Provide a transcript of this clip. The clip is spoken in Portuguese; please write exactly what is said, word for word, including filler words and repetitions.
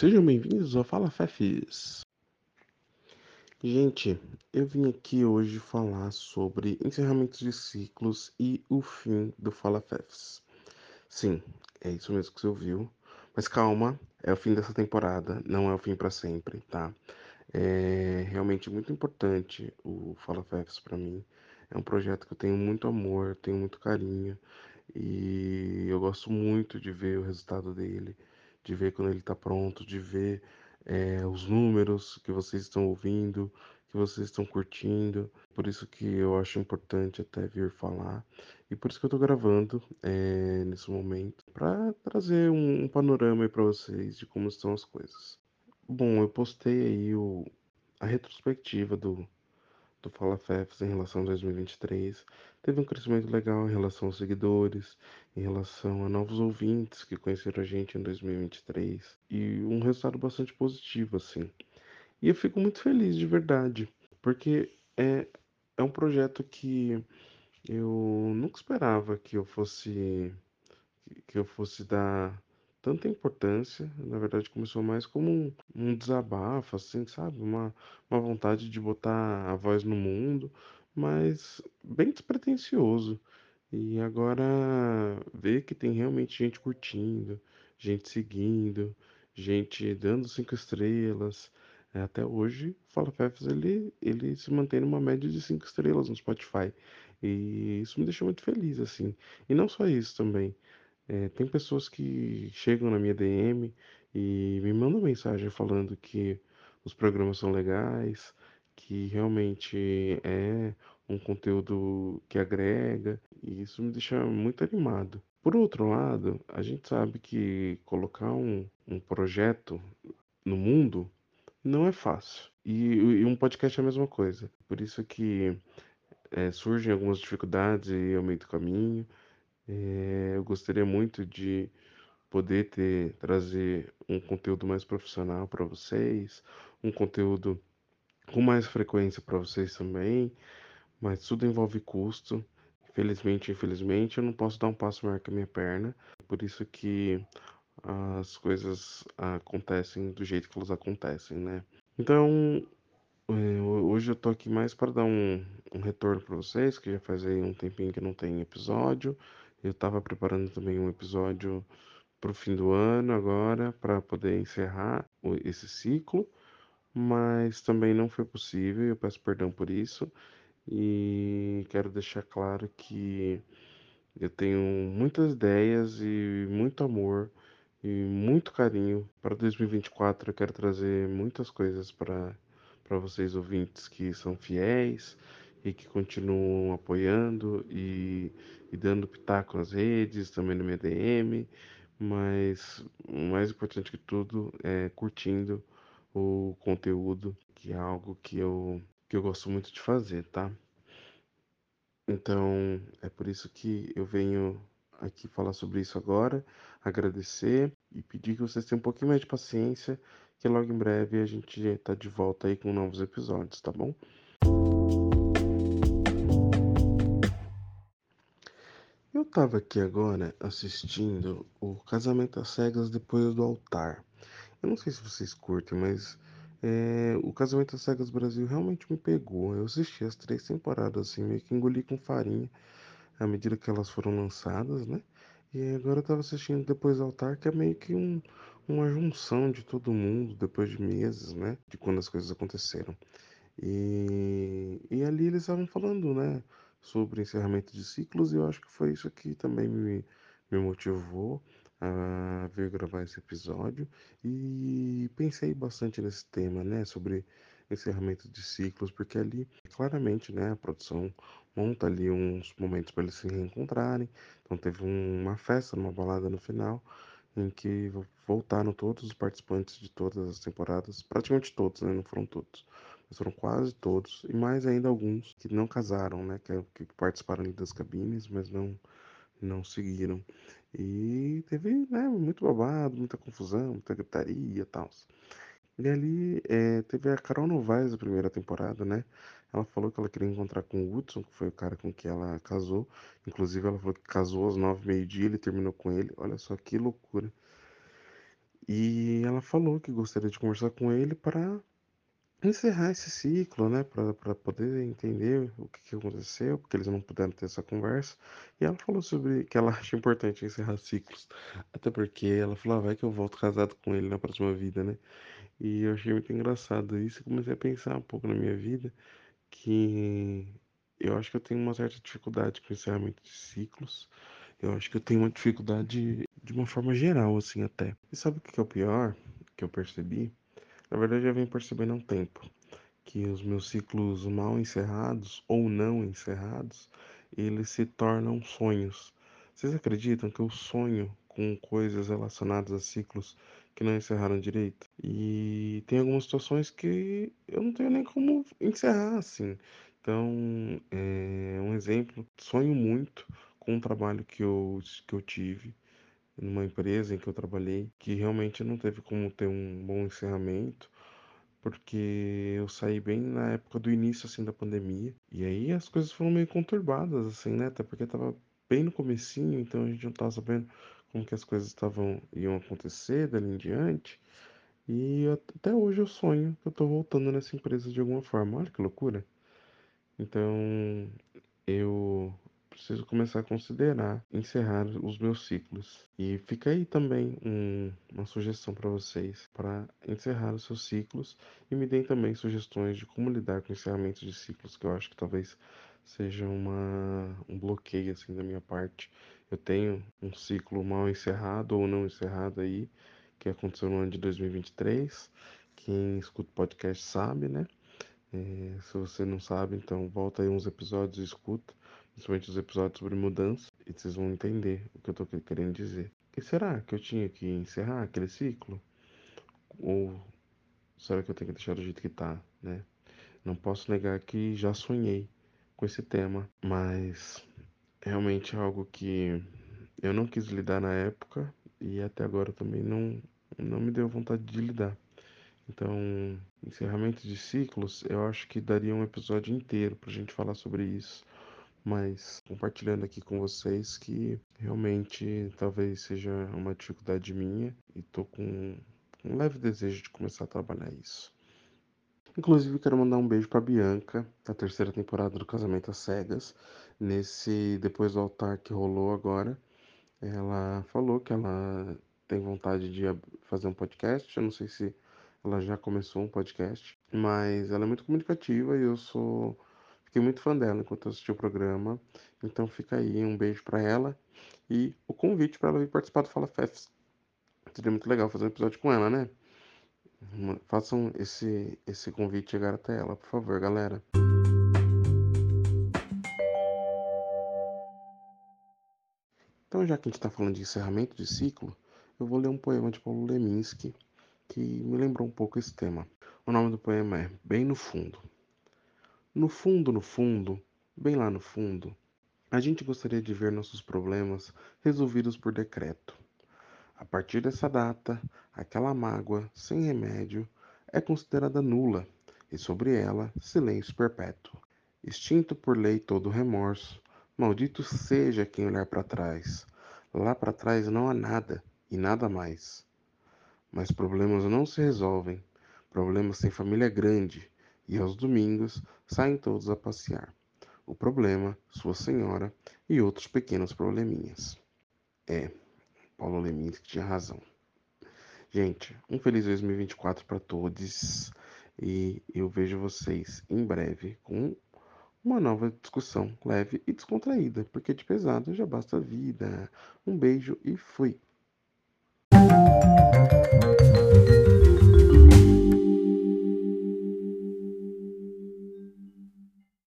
Sejam bem-vindos ao Fala Fefes. Gente, eu vim aqui hoje falar sobre encerramentos de ciclos e o fim do Fala Fefes. Sim, é isso mesmo que você ouviu. Mas calma, é o fim dessa temporada, não é o fim para sempre, tá? É realmente muito importante o Fala Fefes para mim. É um projeto que eu tenho muito amor, tenho muito carinho e eu gosto muito de ver o resultado dele, de ver quando ele está pronto, de ver é, os números que vocês estão ouvindo, que vocês estão curtindo. Por isso que eu acho importante até vir falar e por isso que eu estou gravando é, nesse momento para trazer um, um panorama aí para vocês de como estão as coisas. Bom, eu postei aí o, a retrospectiva do do Fala Fefes em relação a dois mil e vinte e três. Teve um crescimento legal em relação aos seguidores, em relação a novos ouvintes que conheceram a gente em dois mil e vinte e três e um resultado bastante positivo, assim. E eu fico muito feliz de verdade, porque é, é um projeto que eu nunca esperava que eu fosse que eu fosse dar tanta importância. Na verdade, começou mais como um, um desabafo, assim, sabe? Uma, uma vontade de botar a voz no mundo, mas bem despretensioso. E agora ver que tem realmente gente curtindo, gente seguindo, gente dando cinco estrelas. É, até hoje, o Fala Fefes, ele, ele se mantém numa média de cinco estrelas no Spotify. E isso me deixou muito feliz, assim. E não só isso também. É, tem pessoas que chegam na minha D M e me mandam mensagem falando que os programas são legais, que realmente é um conteúdo que agrega, e isso me deixa muito animado. Por outro lado, a gente sabe que colocar um, um projeto no mundo não é fácil. E, e um podcast é a mesma coisa. Por isso que é, surgem algumas dificuldades e ao meio do caminho. É, eu gostaria muito de poder ter trazer um conteúdo mais profissional para vocês, um conteúdo com mais frequência para vocês também, mas tudo envolve custo. Infelizmente, infelizmente, eu não posso dar um passo maior que a minha perna, por isso que as coisas acontecem do jeito que elas acontecem, né? Então, é, hoje eu tô aqui mais para dar um, um retorno para vocês, que já faz aí um tempinho que não tem episódio. Eu tava preparando também um episódio pro fim do ano agora, para poder encerrar o- esse ciclo, mas também não foi possível, eu peço perdão por isso, e quero deixar claro que eu tenho muitas ideias e muito amor e muito carinho para dois mil e vinte e quatro. Eu quero trazer muitas coisas para para vocês ouvintes que são fiéis e que continuam apoiando e, e dando pitaco nas redes, também no meu D M, mas o mais importante que tudo é curtindo o conteúdo, que é algo que eu que eu gosto muito de fazer, tá? Então, é por isso que eu venho aqui falar sobre isso agora, agradecer e pedir que vocês tenham um pouquinho mais de paciência, que logo em breve a gente tá de volta aí com novos episódios, tá bom? Eu tava aqui agora assistindo o Casamento às Cegas depois do altar. Eu não sei se vocês curtem, mas é, o Casamento às Cegas Brasil realmente me pegou. Eu assisti as três temporadas, assim, meio que engoli com farinha à medida que elas foram lançadas, né? E agora eu tava assistindo Depois do Altar, que é meio que um, uma junção de todo mundo depois de meses, né? De quando as coisas aconteceram. E, e ali eles estavam falando, né? Sobre encerramento de ciclos, e eu acho que foi isso que também me, me motivou a vir gravar esse episódio. E pensei bastante nesse tema, né? Sobre encerramento de ciclos, porque ali, claramente, né? A produção monta ali uns momentos para eles se reencontrarem. Então teve um- uma festa, uma balada no final, em que voltaram todos os participantes de todas as temporadas, praticamente todos, né? Não foram todos, mas foram quase todos, e mais ainda alguns que não casaram, né? Que, que participaram ali das cabines, mas não, não seguiram. E teve, né? Muito babado, muita confusão, muita gritaria e tal. E ali é, teve a Carol Novaes da primeira temporada, né? Ela falou que ela queria encontrar com o Hudson, que foi o cara com que ela casou. Inclusive, ela falou que casou às nove, meio-dia, ele terminou com ele. Olha só que loucura. E ela falou que gostaria de conversar com ele para encerrar esse ciclo, né, para para poder entender o que que aconteceu, porque eles não puderam ter essa conversa. E ela falou sobre que ela acha importante encerrar ciclos, até porque ela falou: "Ah, vai que eu volto casado com ele na próxima vida, né". E eu achei muito engraçado isso e comecei a pensar um pouco na minha vida, que eu acho que eu tenho uma certa dificuldade com encerramento de ciclos. Eu acho que eu tenho uma dificuldade de uma forma geral, assim, até. E sabe o que que é o pior que eu percebi? Na verdade, eu já venho percebendo há um tempo que os meus ciclos mal encerrados ou não encerrados, eles se tornam sonhos. Vocês acreditam que eu sonho com coisas relacionadas a ciclos que não encerraram direito? E tem algumas situações que eu não tenho nem como encerrar assim. Então, é um exemplo, sonho muito com um trabalho que eu, que eu tive numa empresa em que eu trabalhei, que realmente não teve como ter um bom encerramento porque eu saí bem na época do início, assim, da pandemia. E aí as coisas foram meio conturbadas, assim, né? Até porque tava bem no comecinho, então a gente não tava sabendo como que as coisas estavam iam acontecer dali em diante. E eu- até hoje eu sonho que eu tô voltando nessa empresa de alguma forma. Olha que loucura. Então, eu preciso começar a considerar encerrar os meus ciclos. E fica aí também um- uma sugestão para vocês para encerrar os seus ciclos e me deem também sugestões de como lidar com encerramentos de ciclos, que eu acho que talvez seja uma, um bloqueio assim da minha parte. Eu tenho um ciclo mal encerrado ou não encerrado aí, que aconteceu no ano de dois mil e vinte e três. Quem escuta o podcast sabe, né? É, se você não sabe, então volta aí uns episódios e escuta, principalmente os episódios sobre mudança, e vocês vão entender o que eu tô que- querendo dizer. E será que eu tinha que encerrar aquele ciclo? Ou será que eu tenho que deixar do jeito que tá, né? Não posso negar que já sonhei com esse tema, mas realmente é algo que eu não quis lidar na época e até agora também não, não me deu vontade de lidar. Então, encerramento de ciclos, eu acho que daria um episódio inteiro pra gente falar sobre isso, mas compartilhando aqui com vocês que realmente talvez seja uma dificuldade minha e tô com um leve desejo de começar a trabalhar isso. Inclusive, quero mandar um beijo pra Bianca, da terceira temporada do Casamento às Cegas, nesse Depois do Altar que rolou agora. Ela falou que ela tem vontade de ab- fazer um podcast. Eu não sei se ela já começou um podcast, mas ela é muito comunicativa e eu sou fiquei muito fã dela enquanto eu assisti o programa. Então fica aí um beijo pra ela e o convite para ela vir participar do Fala Fefs. Seria muito legal fazer um episódio com ela, né? Uma- Façam esse esse convite chegar até ela, por favor, galera. Então, já que a gente está falando de encerramento de ciclo, eu vou ler um poema de Paulo Leminski que me lembrou um pouco esse tema. O nome do poema é Bem no Fundo. No fundo, no fundo, bem lá no fundo, a gente gostaria de ver nossos problemas resolvidos por decreto. A partir dessa data, aquela mágoa, sem remédio, é considerada nula e sobre ela silêncio perpétuo. Extinto por lei todo remorso, maldito seja quem olhar para trás. Lá para trás não há nada e nada mais. Mas problemas não se resolvem. Problemas têm família grande e aos domingos saem todos a passear. O problema, sua senhora e outros pequenos probleminhas. É, Paulo Leminski tinha razão. Gente, um feliz dois mil e vinte e quatro para todos e eu vejo vocês em breve com uma nova discussão leve e descontraída, porque de pesado já basta a vida. Um beijo e fui!